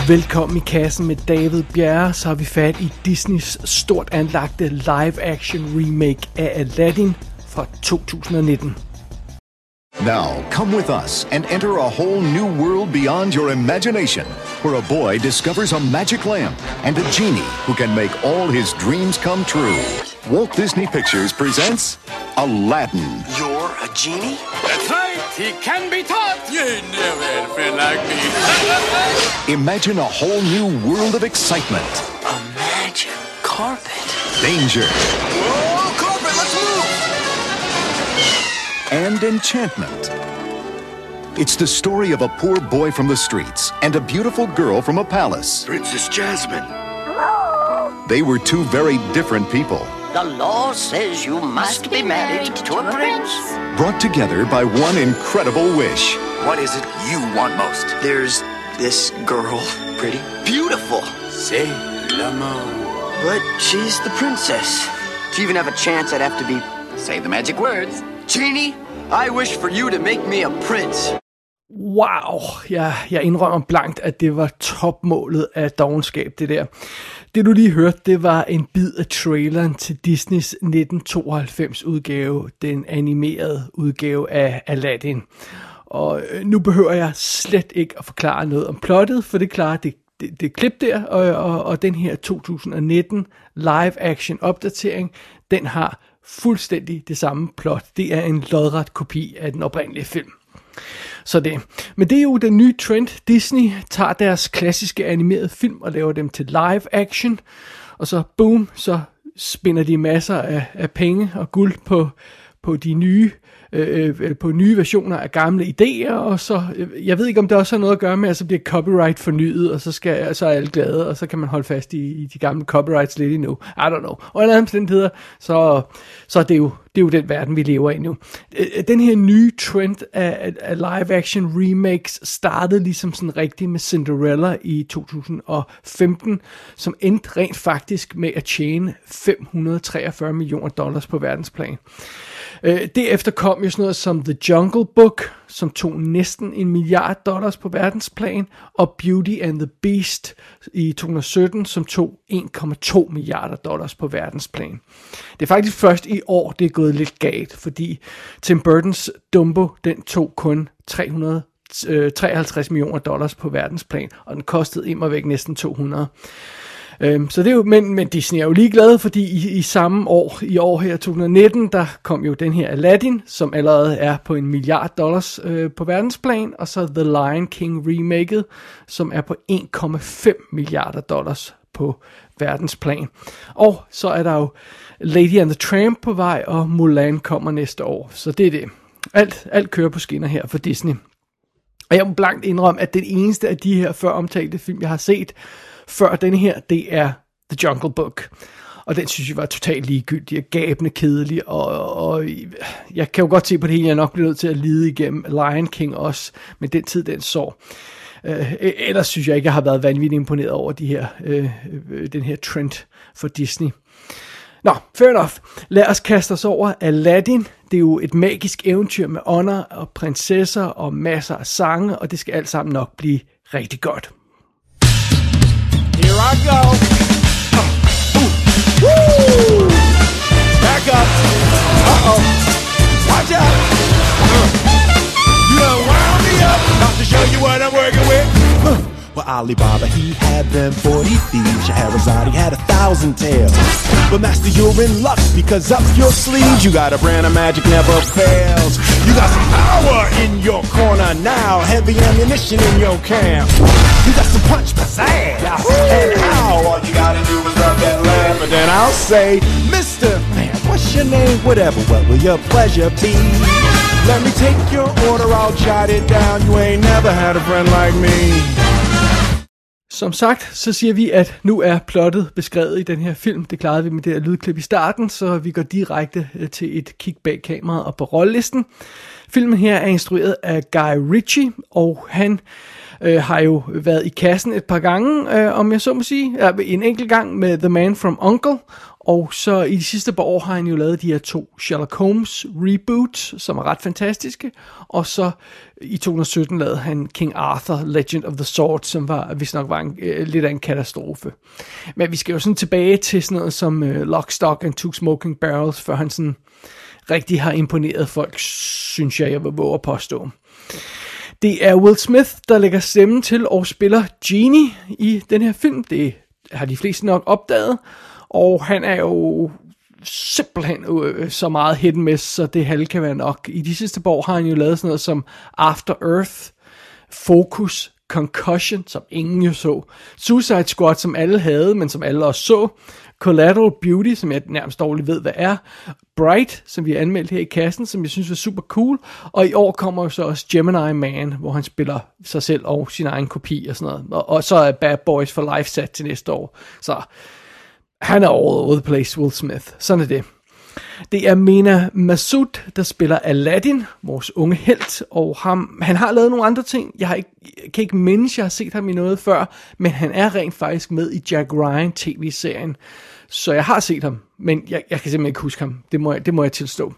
Velkommen i kassen med David Bjerre, så har vi fat i Disneys stort anlagte live-action remake af Aladdin fra 2019. Now, come with us and enter a whole new world beyond your imagination, where a boy discovers a magic lamp and a genie who can make all his dreams come true. Walt Disney Pictures presents Aladdin. You're a genie? That's right, he can be taught. You ain't never had a friend like me. Imagine a whole new world of excitement. A magic carpet. Danger. Whoa, carpet, let's move! And enchantment. It's the story of a poor boy from the streets and a beautiful girl from a palace. Princess Jasmine. They were two very different people, The law says you must be married to a prince. brought together by one incredible wish. What is it you want most? There's this girl. Pretty? Beautiful. Say l'amour. But she's the princess. To even have a chance, I'd have to be... Say the magic words. Genie, I wish for you to make me a prince. Wow, jeg indrømmer blankt, at det var topmålet af dovenskab, det der. Det du lige hørte, det var en bid af traileren til Disneys 1992 udgave, den animerede udgave af Aladdin. Og nu behøver jeg slet ikke at forklare noget om plottet, for det klarer det klip der, og den her 2019 live-action opdatering, den har fuldstændig det samme plot. Det er en lodret kopi af den oprindelige film. Så det. Men det er jo den nye trend. Disney tager deres klassiske animerede film og laver dem til live action. Og så boom, så spinder de masser af penge og guld på de nye på nye versioner af gamle idéer, og så, jeg ved ikke om det også har noget at gøre med, at så bliver copyright fornyet, og så er alle glade, og så kan man holde fast i de gamle copyrights lidt endnu. I don't know. Og en anden omstændigheder, så er det er jo den verden, vi lever i nu. Den her nye trend af live-action remakes startede ligesom sådan rigtigt med Cinderella i 2015, som endte rent faktisk med at tjene $543 millioner på verdensplan. Derefter kom jo sådan noget som The Jungle Book, som tog næsten $1 milliard på verdensplan, og Beauty and the Beast i 2017, som tog $1,2 milliarder på verdensplan. Det er faktisk først i år, det er gået lidt galt, fordi Tim Burtons Dumbo, den tog kun $353 millioner på verdensplan, og den kostede immervæk næsten 200. Så det er jo, men Disney er jo ligeglade, fordi i samme år, i år her 2019, der kom jo den her Aladdin, som allerede er på $1 milliard på verdensplan, og så The Lion King remaket, som er på $1,5 milliarder på verdensplan. Og så er der jo Lady and the Tramp på vej, og Mulan kommer næste år. Så det er det. Alt kører på skinner her for Disney. Og jeg må blankt indrømme, at den eneste af de her før omtalte film, jeg har set før denne her, det er The Jungle Book. Og den synes jeg var totalt ligegyldig og gabende kedelig, og jeg kan jo godt se på det hele, jeg nok bliver nødt til at lide igennem Lion King også, men den tid, den så. Ellers synes jeg ikke, jeg har været vanvittigt imponeret over den her trend for Disney. Nå, fair enough. Lad os kaste os over Aladdin. Det er jo et magisk eventyr med ånder og prinsesser og masser af sange, og det skal alt sammen nok blive rigtig godt. Here I go. Woo! Back up. Uh-oh. Watch out. You done wound me up. Not to show you what I'm working with. Well, Alibaba, he had them 40 thieves. Shahrazad, he had 1,000 tales. But master, you're in luck because up your sleeves, you got a brand of magic never fails. You got some power in your corner now. Heavy ammunition in your camp. You got some punch, pizzazz, and how all you gotta do is rub that lamp. But then I'll say, Mr. Man, what's your name? Whatever, what will your pleasure be? Let me take your order, I'll jot it down. You ain't never had a friend like me. Som sagt, så siger vi, at nu er plottet beskrevet i den her film. Det klarede vi med det her lydklip i starten, så vi går direkte til et kig bag kameraet og på rollelisten. Filmen her er instrueret af Guy Ritchie, og han har jo været i kassen et par gange, om jeg så må sige. En enkelt gang med The Man from U.N.C.L.E., og så i de sidste par år har han jo lavet de her 2 Sherlock Holmes reboots, som er ret fantastiske. Og så i 2017 lavede han King Arthur, Legend of the Sword, som vist nok var lidt af en katastrofe. Men vi skal jo sådan tilbage til sådan noget som Lock, Stock and Two Smoking Barrels, før han sådan rigtig har imponeret folk, synes jeg vil våge at påstå. Det er Will Smith, der lægger stemmen til og spiller Genie i den her film. Det har de fleste nok opdaget. Og han er jo simpelthen så meget hit and miss, så det halve kan være nok. I de sidste par år har han jo lavet sådan noget som After Earth, Focus, Concussion, som ingen jo så, Suicide Squad, som alle havde, men som alle også så, Collateral Beauty, som jeg nærmest dårligt ved, hvad er, Bright, som vi har anmeldt her i kassen, som jeg synes var super cool, og i år kommer jo så også Gemini Man, hvor han spiller sig selv og sin egen kopi og sådan noget, og så er Bad Boys for Life sat til næste år, så han er all over the place, Will Smith. Sådan er det. Det er Mena Massoud, der spiller Aladdin, vores unge helt, og han har lavet nogle andre ting. Jeg kan ikke mindes, jeg har set ham i noget før, men han er rent faktisk med i Jack Ryan tv-serien. Så jeg har set ham, men jeg kan simpelthen ikke huske ham. Det må jeg tilstå.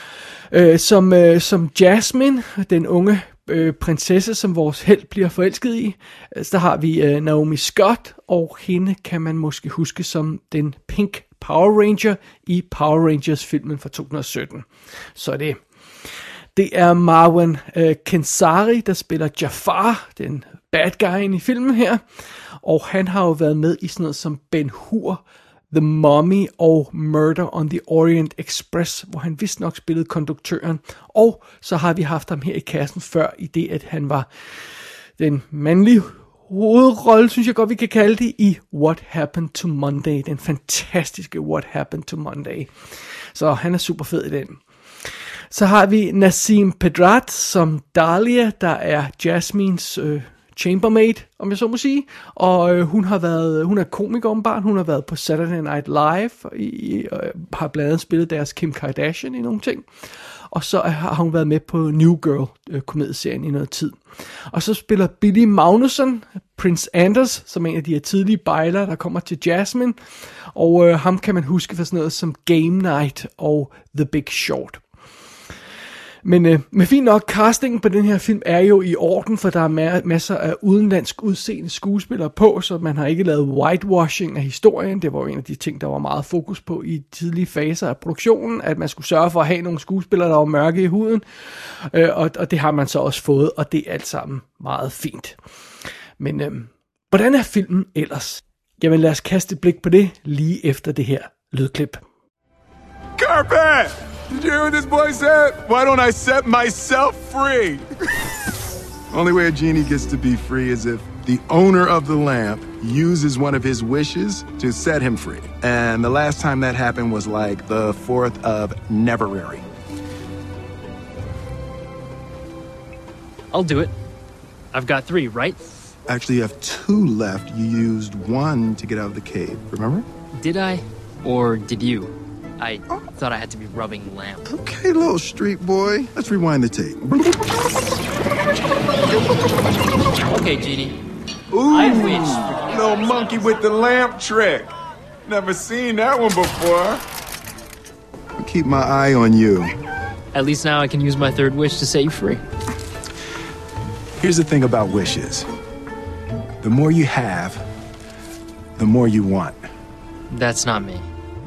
Som Jasmine, den unge prinsesse, som vores helt bliver forelsket i, så har vi Naomi Scott, og hende kan man måske huske som den Pink Power Ranger i Power Rangers-filmen fra 2017. Så det er Marwan Kenzari, der spiller Jafar, den bad guy i filmen her, og han har jo været med i sådan noget som Ben Hur, The Mummy og Murder on the Orient Express, hvor han vist nok spillede konduktøren. Og så har vi haft ham her i kassen før, i det at han var den mandlige hovedrolle, synes jeg godt vi kan kalde det, i What Happened to Monday. Den fantastiske What Happened to Monday. Så han er super fed i den. Så har vi Nasim Pedrat som Dahlia, der er Jasmines chambermaid, om jeg så må sige, og hun er komiker åbenbart, hun har været på Saturday Night Live, har blandt andet spillet deres Kim Kardashian i nogle ting, og så har hun været med på New Girl komedieserien i noget tid. Og så spiller Billy Magnussen, Prince Anders, som er en af de her tidlige bejlere, der kommer til Jasmine, og ham kan man huske for sådan noget som Game Night og The Big Short. Men fint nok, castingen på den her film er jo i orden, for der er masser af udenlandsk udseende skuespillere på, så man har ikke lavet whitewashing af historien. Det var jo en af de ting, der var meget fokus på i tidlige faser af produktionen, at man skulle sørge for at have nogle skuespillere, der var mørke i huden, og det har man så også fået, og det er alt sammen meget fint. Men hvordan er filmen ellers? Jamen lad os kaste et blik på det lige efter det her lydklip. Carpet! Did you hear what this boy said? Why don't I set myself free? Only way a genie gets to be free is if the owner of the lamp uses one of his wishes to set him free. And the last time that happened was like the 4th of Neverary. I'll do it. I've got 3, right? Actually, you have 2 left. You used 1 to get out of the cave, remember? Did I? Or did you? I thought I had to be rubbing lamp. Okay, little street boy. Let's rewind the tape. Okay, Genie. Ooh, I wish. Little monkey with the lamp trick. Never seen that one before. I'll keep my eye on you. At least now I can use my 3rd wish to set you free. Here's the thing about wishes. The more you have, the more you want. That's not me.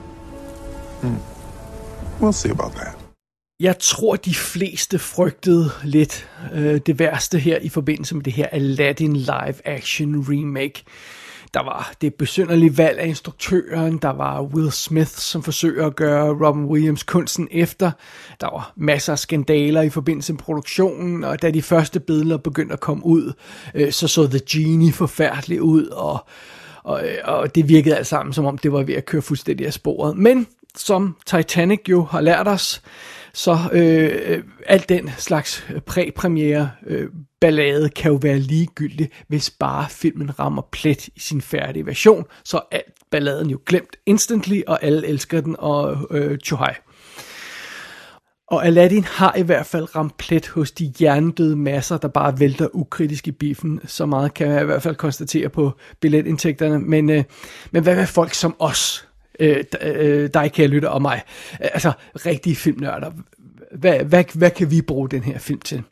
We'll see about that. Jeg tror, de fleste frygtede lidt det værste her i forbindelse med det her Aladdin live-action remake. Der var det besynderlige valg af instruktøren, der var Will Smith, som forsøger at gøre Robin Williams kunsten efter. Der var masser af skandaler i forbindelse med produktionen, og da de første billeder begyndte at komme ud, så The Genie forfærdeligt ud, og det virkede alt sammen, som om det var ved at køre fuldstændig af sporet. Men som Titanic jo har lært os, så alt den slags præpremiere ballade kan jo være ligegyldig, hvis bare filmen rammer plet i sin færdige version, så alt balladen jo glemt instantly, og alle elsker den, og tjohej. Og Aladdin har i hvert fald ramt plet hos de hjernedøde masser, der bare vælter ukritisk i biffen. Så meget kan jeg i hvert fald konstatere på billetindtægterne. Men hvad med folk som os, dig kære lytter og mig? Altså rigtige filmnørder. Hvad kan vi bruge den her film til?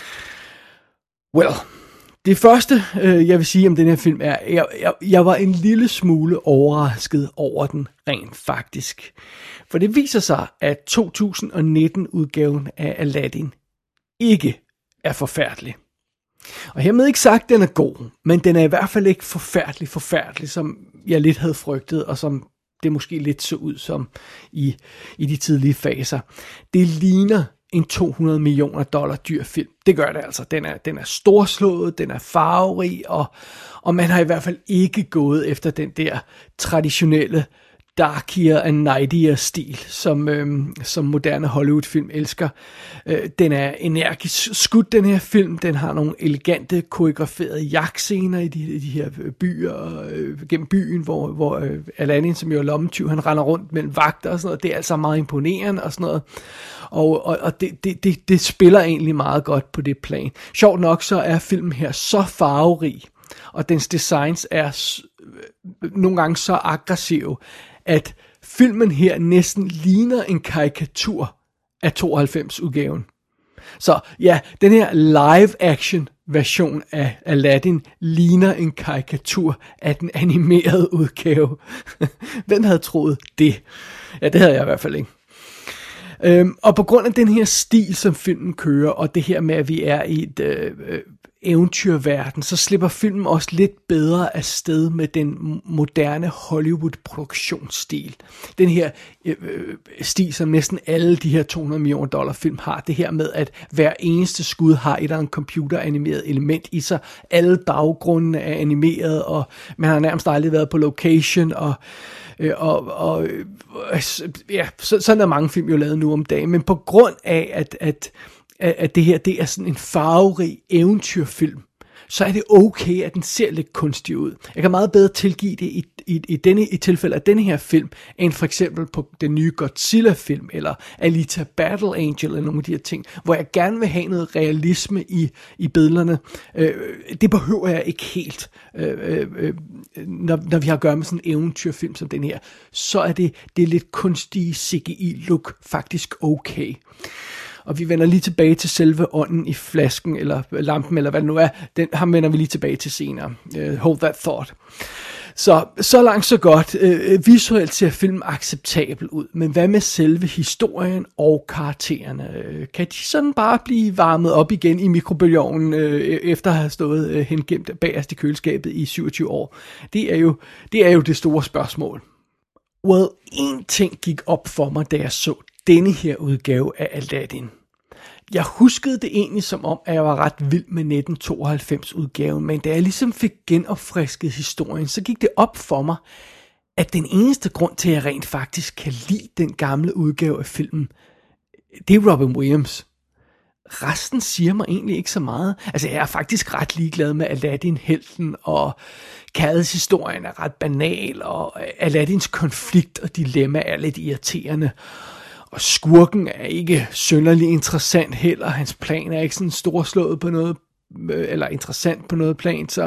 Well, det første, jeg vil sige om den her film er, jeg var en lille smule overrasket over den rent faktisk. For det viser sig, at 2019-udgaven af Aladdin ikke er forfærdelig. Og hermed ikke sagt, at den er god, men den er i hvert fald ikke forfærdelig, som jeg lidt havde frygtet, og som det måske lidt så ud som i de tidlige faser. Det ligner en $200 million dyr film. Det gør det altså. Den er storslået, den er farverig, og man har i hvert fald ikke gået efter den der traditionelle darkier and nightier stil, som moderne Hollywood-film elsker. Den er energisk skudt, den her film. Den har nogle elegante, koreograferede jagtscener i de her byer, gennem byen, hvor Aladdin, som jo er lommetyv, han render rundt mellem vagter og sådan noget. Det er altså meget imponerende og sådan noget. Og det spiller egentlig meget godt på det plan. Sjovt nok, så er filmen her så farverig, og dens designs er nogle gange så aggressive, at filmen her næsten ligner en karikatur af 92-udgaven. Så ja, den her live-action version af Aladdin ligner en karikatur af den animerede udgave. Hvem havde troet det? Ja, det havde jeg i hvert fald ikke. Og på grund af den her stil, som filmen kører, og det her med, at vi er i et eventyrverden, så slipper filmen også lidt bedre afsted med den moderne Hollywood-produktionsstil. Den her stil, som næsten alle de her $200 million film har, det her med, at hver eneste skud har et eller andet computeranimeret element i sig. Alle baggrundene er animeret, og man har nærmest aldrig været på location, og ja, sådan er mange film jo lavet nu om dagen, men på grund af, at det her, det er sådan en farverig eventyrfilm, så er det okay, at den ser lidt kunstig ud. Jeg kan meget bedre tilgive det i tilfælde af denne her film, end for eksempel på den nye Godzilla-film, eller Alita Battle Angel, eller nogle af de her ting, hvor jeg gerne vil have noget realisme i billederne. Det behøver jeg ikke helt, når vi har at gøre med sådan en eventyrfilm som den her. Så er det lidt kunstige CGI-look faktisk okay. Og vi vender lige tilbage til selve ånden i flasken, eller lampen, eller hvad det nu er. Ham vender vi lige tilbage til senere. Hold that thought. Så langt så godt. Visuelt ser filmen acceptabel ud, men hvad med selve historien og karaktererne? Kan de sådan bare blive varmet op igen i mikrobølgeovnen, efter at have stået hengemt bagerst i køleskabet i 27 år? Det er jo det store spørgsmål. Well, en ting gik op for mig, da jeg så denne her udgave af Aladdin. Jeg huskede det egentlig som om, at jeg var ret vild med 1992-udgaven, men da jeg ligesom fik genopfrisket historien, så gik det op for mig, at den eneste grund til, at jeg rent faktisk kan lide den gamle udgave af filmen, det er Robin Williams. Resten siger mig egentlig ikke så meget. Altså, jeg er faktisk ret ligeglad med Aladdin-helten, og kærlighedshistorien er ret banal, og Aladdins konflikt og dilemma er lidt irriterende. Og skurken er ikke synderlig interessant heller. Hans plan er ikke sådan storslået på noget, eller interessant på noget plan, så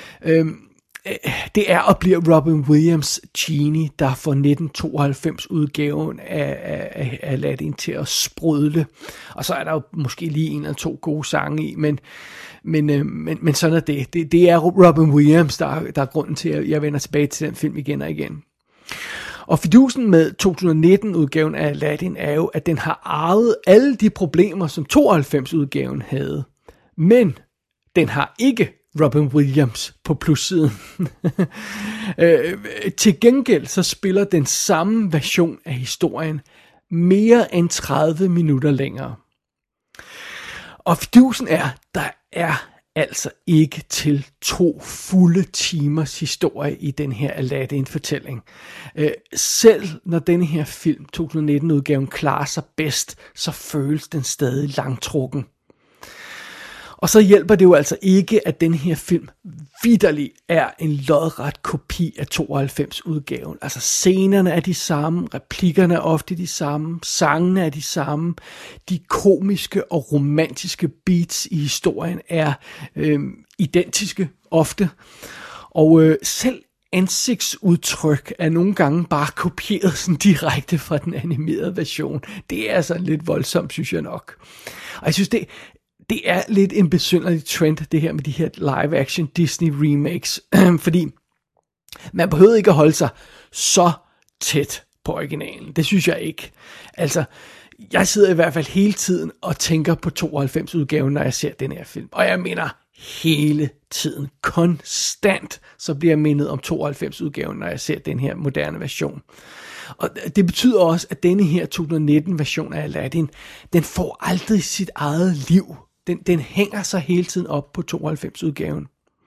det er og bliver Robin Williams Genie, der får 1992-udgaven af Aladdin til at sprudle. Og så er der jo måske lige en eller to gode sange i, men sådan er det. Det er Robin Williams, der er grunden til, at jeg vender tilbage til den film igen og igen. Og fidusen med 2019-udgaven af Aladdin er jo, at den har arvet alle de problemer, som 92-udgaven havde. Men den har ikke Robin Williams på plussiden. Til gengæld så spiller den samme version af historien mere end 30 minutter længere. Og fidusen er, der er altså ikke til 2 fulde timers historie i den her Aladdin-fortælling. Selv når denne her film, 2019-udgaven, klarer sig bedst, så føles den stadig langtrukken. Og så hjælper det jo altså ikke, at den her film vitterlig er en lodret kopi af 92-udgaven. Altså scenerne er de samme, replikkerne er ofte de samme, sangene er de samme, de komiske og romantiske beats i historien er identiske ofte. Og selv ansigtsudtryk er nogle gange bare kopieret sådan direkte fra den animerede version. Det er altså lidt voldsomt, synes jeg nok. Og jeg synes, det er lidt en besynderlig trend, det her med de her live-action Disney remakes, fordi man behøver ikke at holde sig så tæt på originalen. Det synes jeg ikke. Altså, jeg sidder i hvert fald hele tiden og tænker på 92-udgaven, når jeg ser den her film. Og jeg mener hele tiden, konstant, så bliver jeg mindet om 92-udgaven, når jeg ser den her moderne version. Og det betyder også, at denne her 2019-version af Aladdin, den får aldrig sit eget liv. Den hænger sig hele tiden op på 92-udgaven.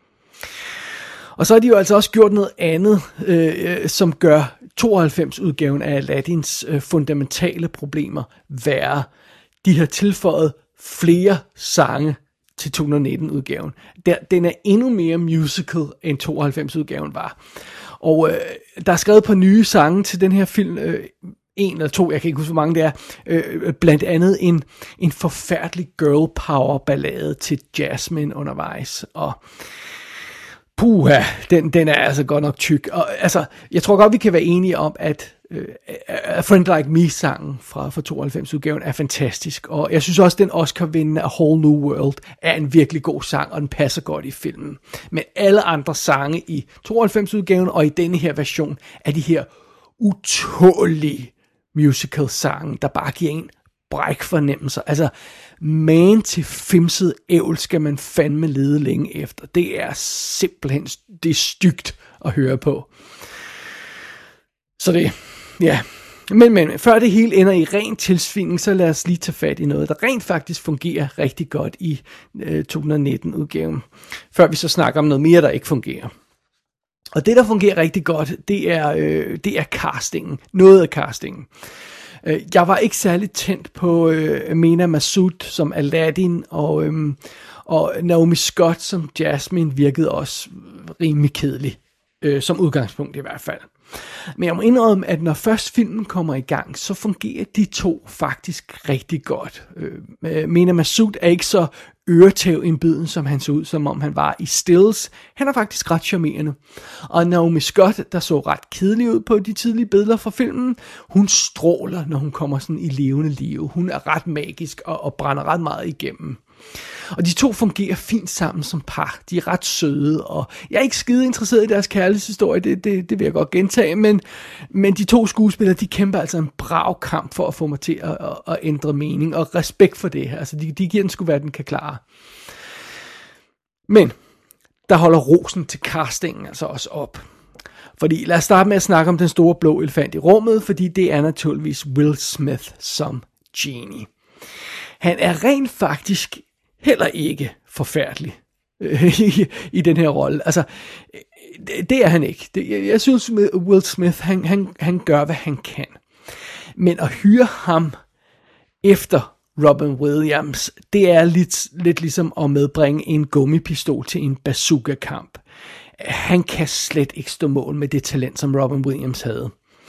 Og så har de jo altså også gjort noget andet, som gør 92-udgaven af Aladdins fundamentale problemer værre. De har tilføjet flere sange til 2019-udgaven. Den er endnu mere musical, end 92-udgaven var. Og der er skrevet på nye sange til den her film, en eller to, jeg kan ikke huske, hvor mange det er, blandt andet en forfærdelig girl power ballade til Jasmine undervejs, og puha, den er altså godt nok tyk. Og altså, jeg tror godt, vi kan være enige om, at A Friend Like Me-sangen fra 92-udgaven er fantastisk, og jeg synes også, den Oscar-vindende A Whole New World er en virkelig god sang, og den passer godt i filmen. Men alle andre sange i 92-udgaven og i denne her version er de her utålige musical-sange, der bare giver en brækfornemmelser. Altså, man til femset ævl skal man fandme lede længe efter. Det er simpelthen, det er stygt at høre på. Så det, ja. Men før det hele ender i ren tilsvingning, så lad os lige tage fat i noget, der rent faktisk fungerer rigtig godt i 2019-udgaven. Før vi så snakker om noget mere, der ikke fungerer. Og det, der fungerer rigtig godt, det er castingen. Noget af castingen. Jeg var ikke særlig tændt på Mena Massoud som Aladdin, og Naomi Scott som Jasmine virkede også rimelig kedelig, som udgangspunkt i hvert fald. Men jeg må indrømme, at når først filmen kommer i gang, så fungerer de to faktisk rigtig godt. Mena Massoud er ikke så øretævindbyden, som han så ud, som om han var i Stills. Han er faktisk ret charmerende. Og Naomi Scott, der så ret kedelig ud på de tidlige billeder fra filmen, hun stråler, når hun kommer sådan i levende liv. Hun er ret magisk og brænder ret meget igennem. Og de to fungerer fint sammen som par. De er ret søde, og jeg er ikke skide interesseret i deres kærlighedshistorie, det vil jeg godt gentage, men de to skuespillere, de kæmper altså en brav kamp for at få mig til at ændre mening, og respekt for det her. Altså, de giver den sgu, hvad den kan klare. Men der holder rosen til castingen altså også op. Fordi lad os starte med at snakke om den store blå elefant i rummet, fordi det er naturligvis Will Smith som Genie. Han er rent faktisk heller ikke forfærdelig i den her rolle. Altså, det er han ikke. Jeg synes, Will Smith, han gør, hvad han kan. Men at hyre ham efter Robin Williams, det er lidt ligesom at medbringe en gummipistol til en bazooka-kamp. Han kan slet ikke stå mål med det talent, som Robin Williams havde.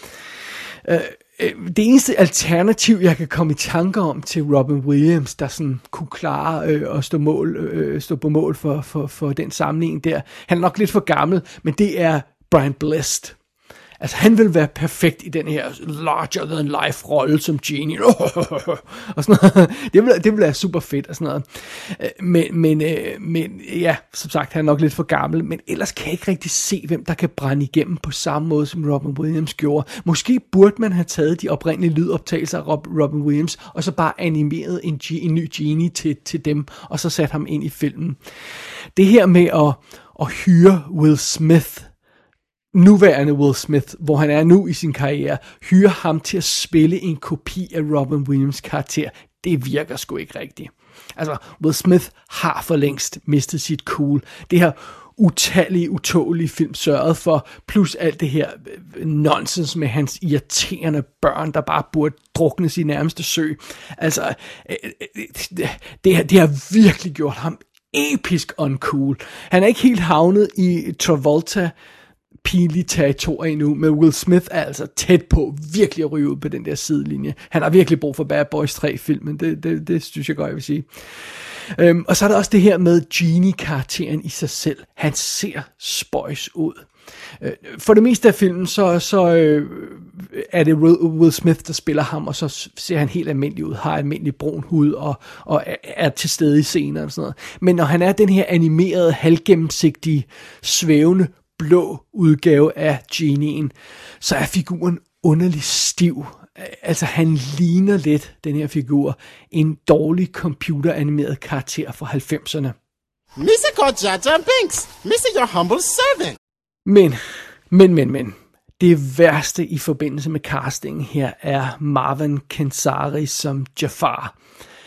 Det eneste alternativ, jeg kan komme i tanker om til Robin Williams, der sådan kunne klare at stå på mål for den sammenligning der, han er nok lidt for gammel, men det er Brian Blessed. Altså, han vil være perfekt i den her larger-than-life-rolle som Genie. Og sådan noget. Det vil være super fedt og sådan noget. Men ja, som sagt, han er nok lidt for gammel. Men ellers kan jeg ikke rigtig se, hvem der kan brænde igennem på samme måde, som Robin Williams gjorde. Måske burde man have taget de oprindelige lydoptagelser af Robin Williams, og så bare animeret en ny Genie til dem, og så sat ham ind i filmen. Det her med at hyre Will Smith, nuværende Will Smith, hvor han er nu i sin karriere, hyre ham til at spille en kopi af Robin Williams karakter, det virker sgu ikke rigtigt. Altså, Will Smith har for længst mistet sit cool. Det her utålige film sørget for, plus alt det her nonsens med hans irriterende børn, der bare burde druknes i nærmeste sø. Altså, det har virkelig gjort ham episk uncool. Han er ikke helt havnet i Travolta pinligt territorie endnu, med Will Smith er altså tæt på virkelig at ryge ud på den der sidelinje. Han har virkelig brug for Bad Boys 3-filmen, det synes jeg godt, jeg vil sige. Og så er der også det her med Genie-karakteren i sig selv. Han ser spøjs ud. For det meste af filmen, så er det Will Smith, der spiller ham, og så ser han helt almindelig ud, har almindelig brun hud, og er til stede i scener og sådan noget. Men når han er den her animerede, halvgennemsigtige, svævende, blå udgave af Genien, så er figuren underligt stiv. Altså han ligner lidt, den her figur, en dårlig computeranimeret karakter fra 90'erne. Mr. Jar Jar Binks, Mr. Your humble servant. Men. Det værste i forbindelse med castingen her er Marwan Kenzari som Jafar.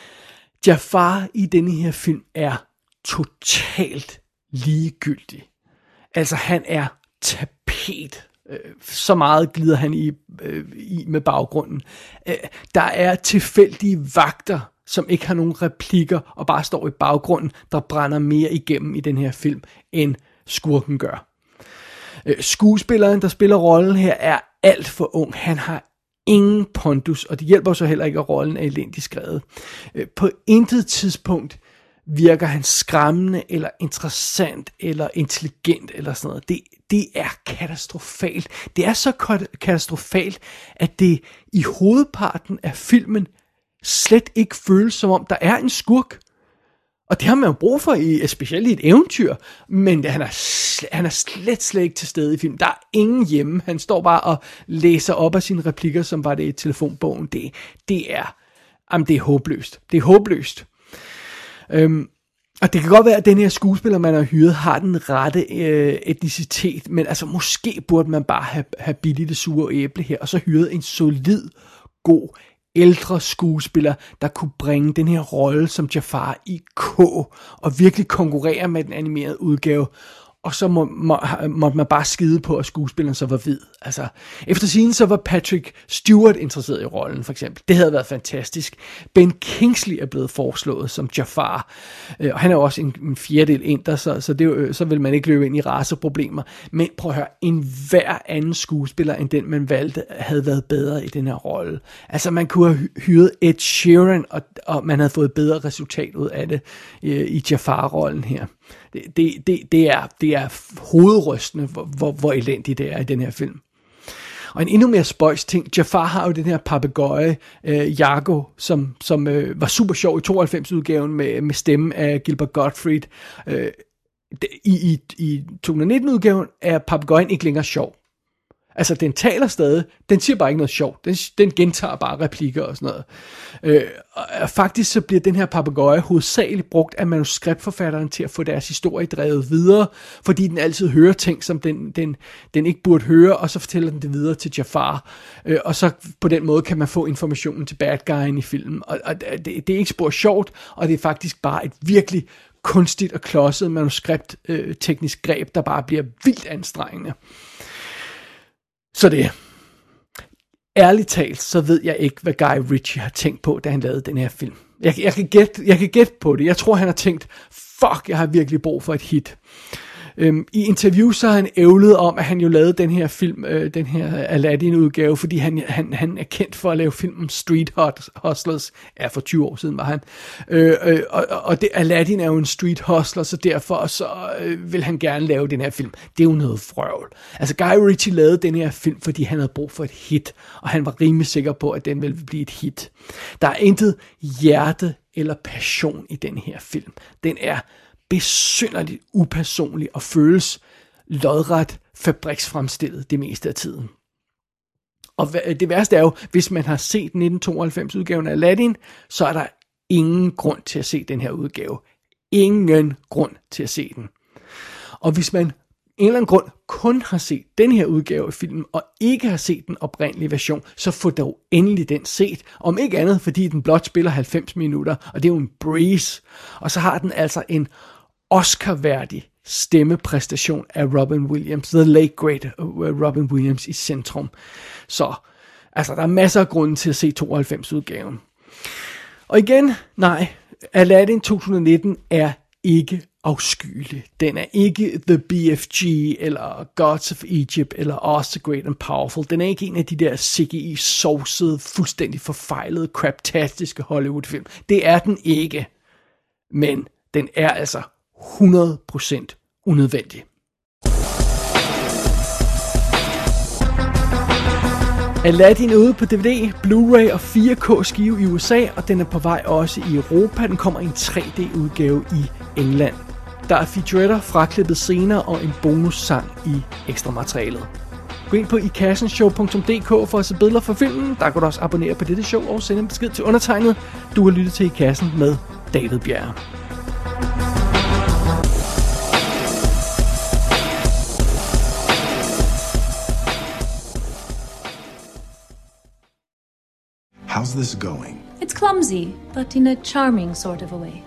Jafar i denne her film er totalt ligegyldig. Altså han er tapet. Så meget glider han i med baggrunden. Der er tilfældige vagter, som ikke har nogen replikker og bare står i baggrunden, der brænder mere igennem i den her film, end skurken gør. Skuespilleren, der spiller rollen her, er alt for ung. Han har ingen pondus, og det hjælper så heller ikke, at rollen er elendigt skrevet. På intet tidspunkt virker han skræmmende, eller interessant, eller intelligent, eller sådan noget. Det er katastrofalt. Det er så katastrofalt, at det i hovedparten af filmen slet ikke føles som om, der er en skurk. Og det har man jo brug for, specielt i et eventyr, men han er slet ikke til stede i filmen. Der er ingen hjemme. Han står bare og læser op af sine replikker, som var det i telefonbogen. Det er håbløst. Det er håbløst. Og det kan godt være, at den her skuespiller, man har hyret, har den rette etnicitet, men altså måske burde man bare have billigt det sure æble her, og så hyret en solid, god, ældre skuespiller, der kunne bringe den her rolle som Jafar i K, og virkelig konkurrere med den animerede udgave. Og så måtte man bare skide på, at skuespilleren så var hvid. Altså, efter sigende så var Patrick Stewart interesseret i rollen, for eksempel. Det havde været fantastisk. Ben Kingsley er blevet foreslået som Jafar. Og han er jo også en fjerdedel inder, så vil man ikke løbe ind i raceproblemer. Men prøv at høre, en hver anden skuespiller, end den man valgte, havde været bedre i den her rolle. Altså, man kunne have hyret Ed Sheeran, og man havde fået bedre resultat ud af det i Jafar-rollen her. Det er hovedrystende, hvor elendigt det er i den her film. Og en endnu mere spøjs ting, Jafar har jo den her papegøje, Yago, som var super sjov i 92-udgaven med stemmen af Gilbert Gottfried. I 2019-udgaven er papegøjen ikke længere sjov. Altså, den taler stadig, den siger bare ikke noget sjovt. Den gentager bare replikker og sådan noget. Og faktisk så bliver den her papegøje hovedsageligt brugt af manuskriptforfatteren til at få deres historie drevet videre, fordi den altid hører ting, som den ikke burde høre, og så fortæller den det videre til Jafar. Og så på den måde kan man få informationen til bad guyen i filmen. Og det er ikke spor sjovt, og det er faktisk bare et virkelig kunstigt og klodset manuskript-teknisk greb, der bare bliver vildt anstrengende. Så det. Ærligt talt, så ved jeg ikke, hvad Guy Ritchie har tænkt på, da han lavede den her film. Jeg kan gætte på det. Jeg tror, han har tænkt, fuck, jeg har virkelig brug for et hit. I interviews så har han ævlet om, at han jo lavede den her film, den her Aladdin-udgave, fordi han er kendt for at lave filmen Street Hustlers. Ja, for 20 år siden var han. Og Aladdin er jo en street hustler, så derfor så vil han gerne lave den her film. Det er jo noget frøvl. Altså Guy Ritchie lavede den her film, fordi han havde brug for et hit, og han var rimelig sikker på, at den ville blive et hit. Der er intet hjerte eller passion i den her film. Den er besynderligt upersonlig og føles lodret fabriksfremstillet det meste af tiden. Og det værste er jo, hvis man har set 1992-udgaven af Aladdin, så er der ingen grund til at se den her udgave. Ingen grund til at se den. Og hvis man en eller anden grund kun har set den her udgave af filmen, og ikke har set den oprindelige version, så få dog endelig den set. Om ikke andet, fordi den blot spiller 90 minutter, og det er jo en breeze. Og så har den altså en Oscar-værdig stemmepræstation af Robin Williams, the late great Robin Williams i centrum. Så altså, der er masser af grunde til at se 92-udgaven. Og igen, nej, Aladdin 2019 er ikke afskyelig. Den er ikke The BFG, eller Gods of Egypt, eller Oz the Great and Powerful. Den er ikke en af de der CGI-sovsede, fuldstændig forfejlede, craptastiske Hollywood-film. Det er den ikke. Men den er altså 100% unødvendig. Aladdin er ude på DVD, Blu-ray og 4K skive i USA, og den er på vej også i Europa. Den kommer i en 3D-udgave i England. Der er featuretter, fraklippet scener og en bonussang i ekstra materialet. Gå ind på ikassenshow.dk for at se billeder fra filmen. Der kan du også abonnere på dette show og sende en besked til undertegnet. Du har lyttet til I Kassen med David Bjerre. How's this going? It's clumsy, but in a charming sort of a way.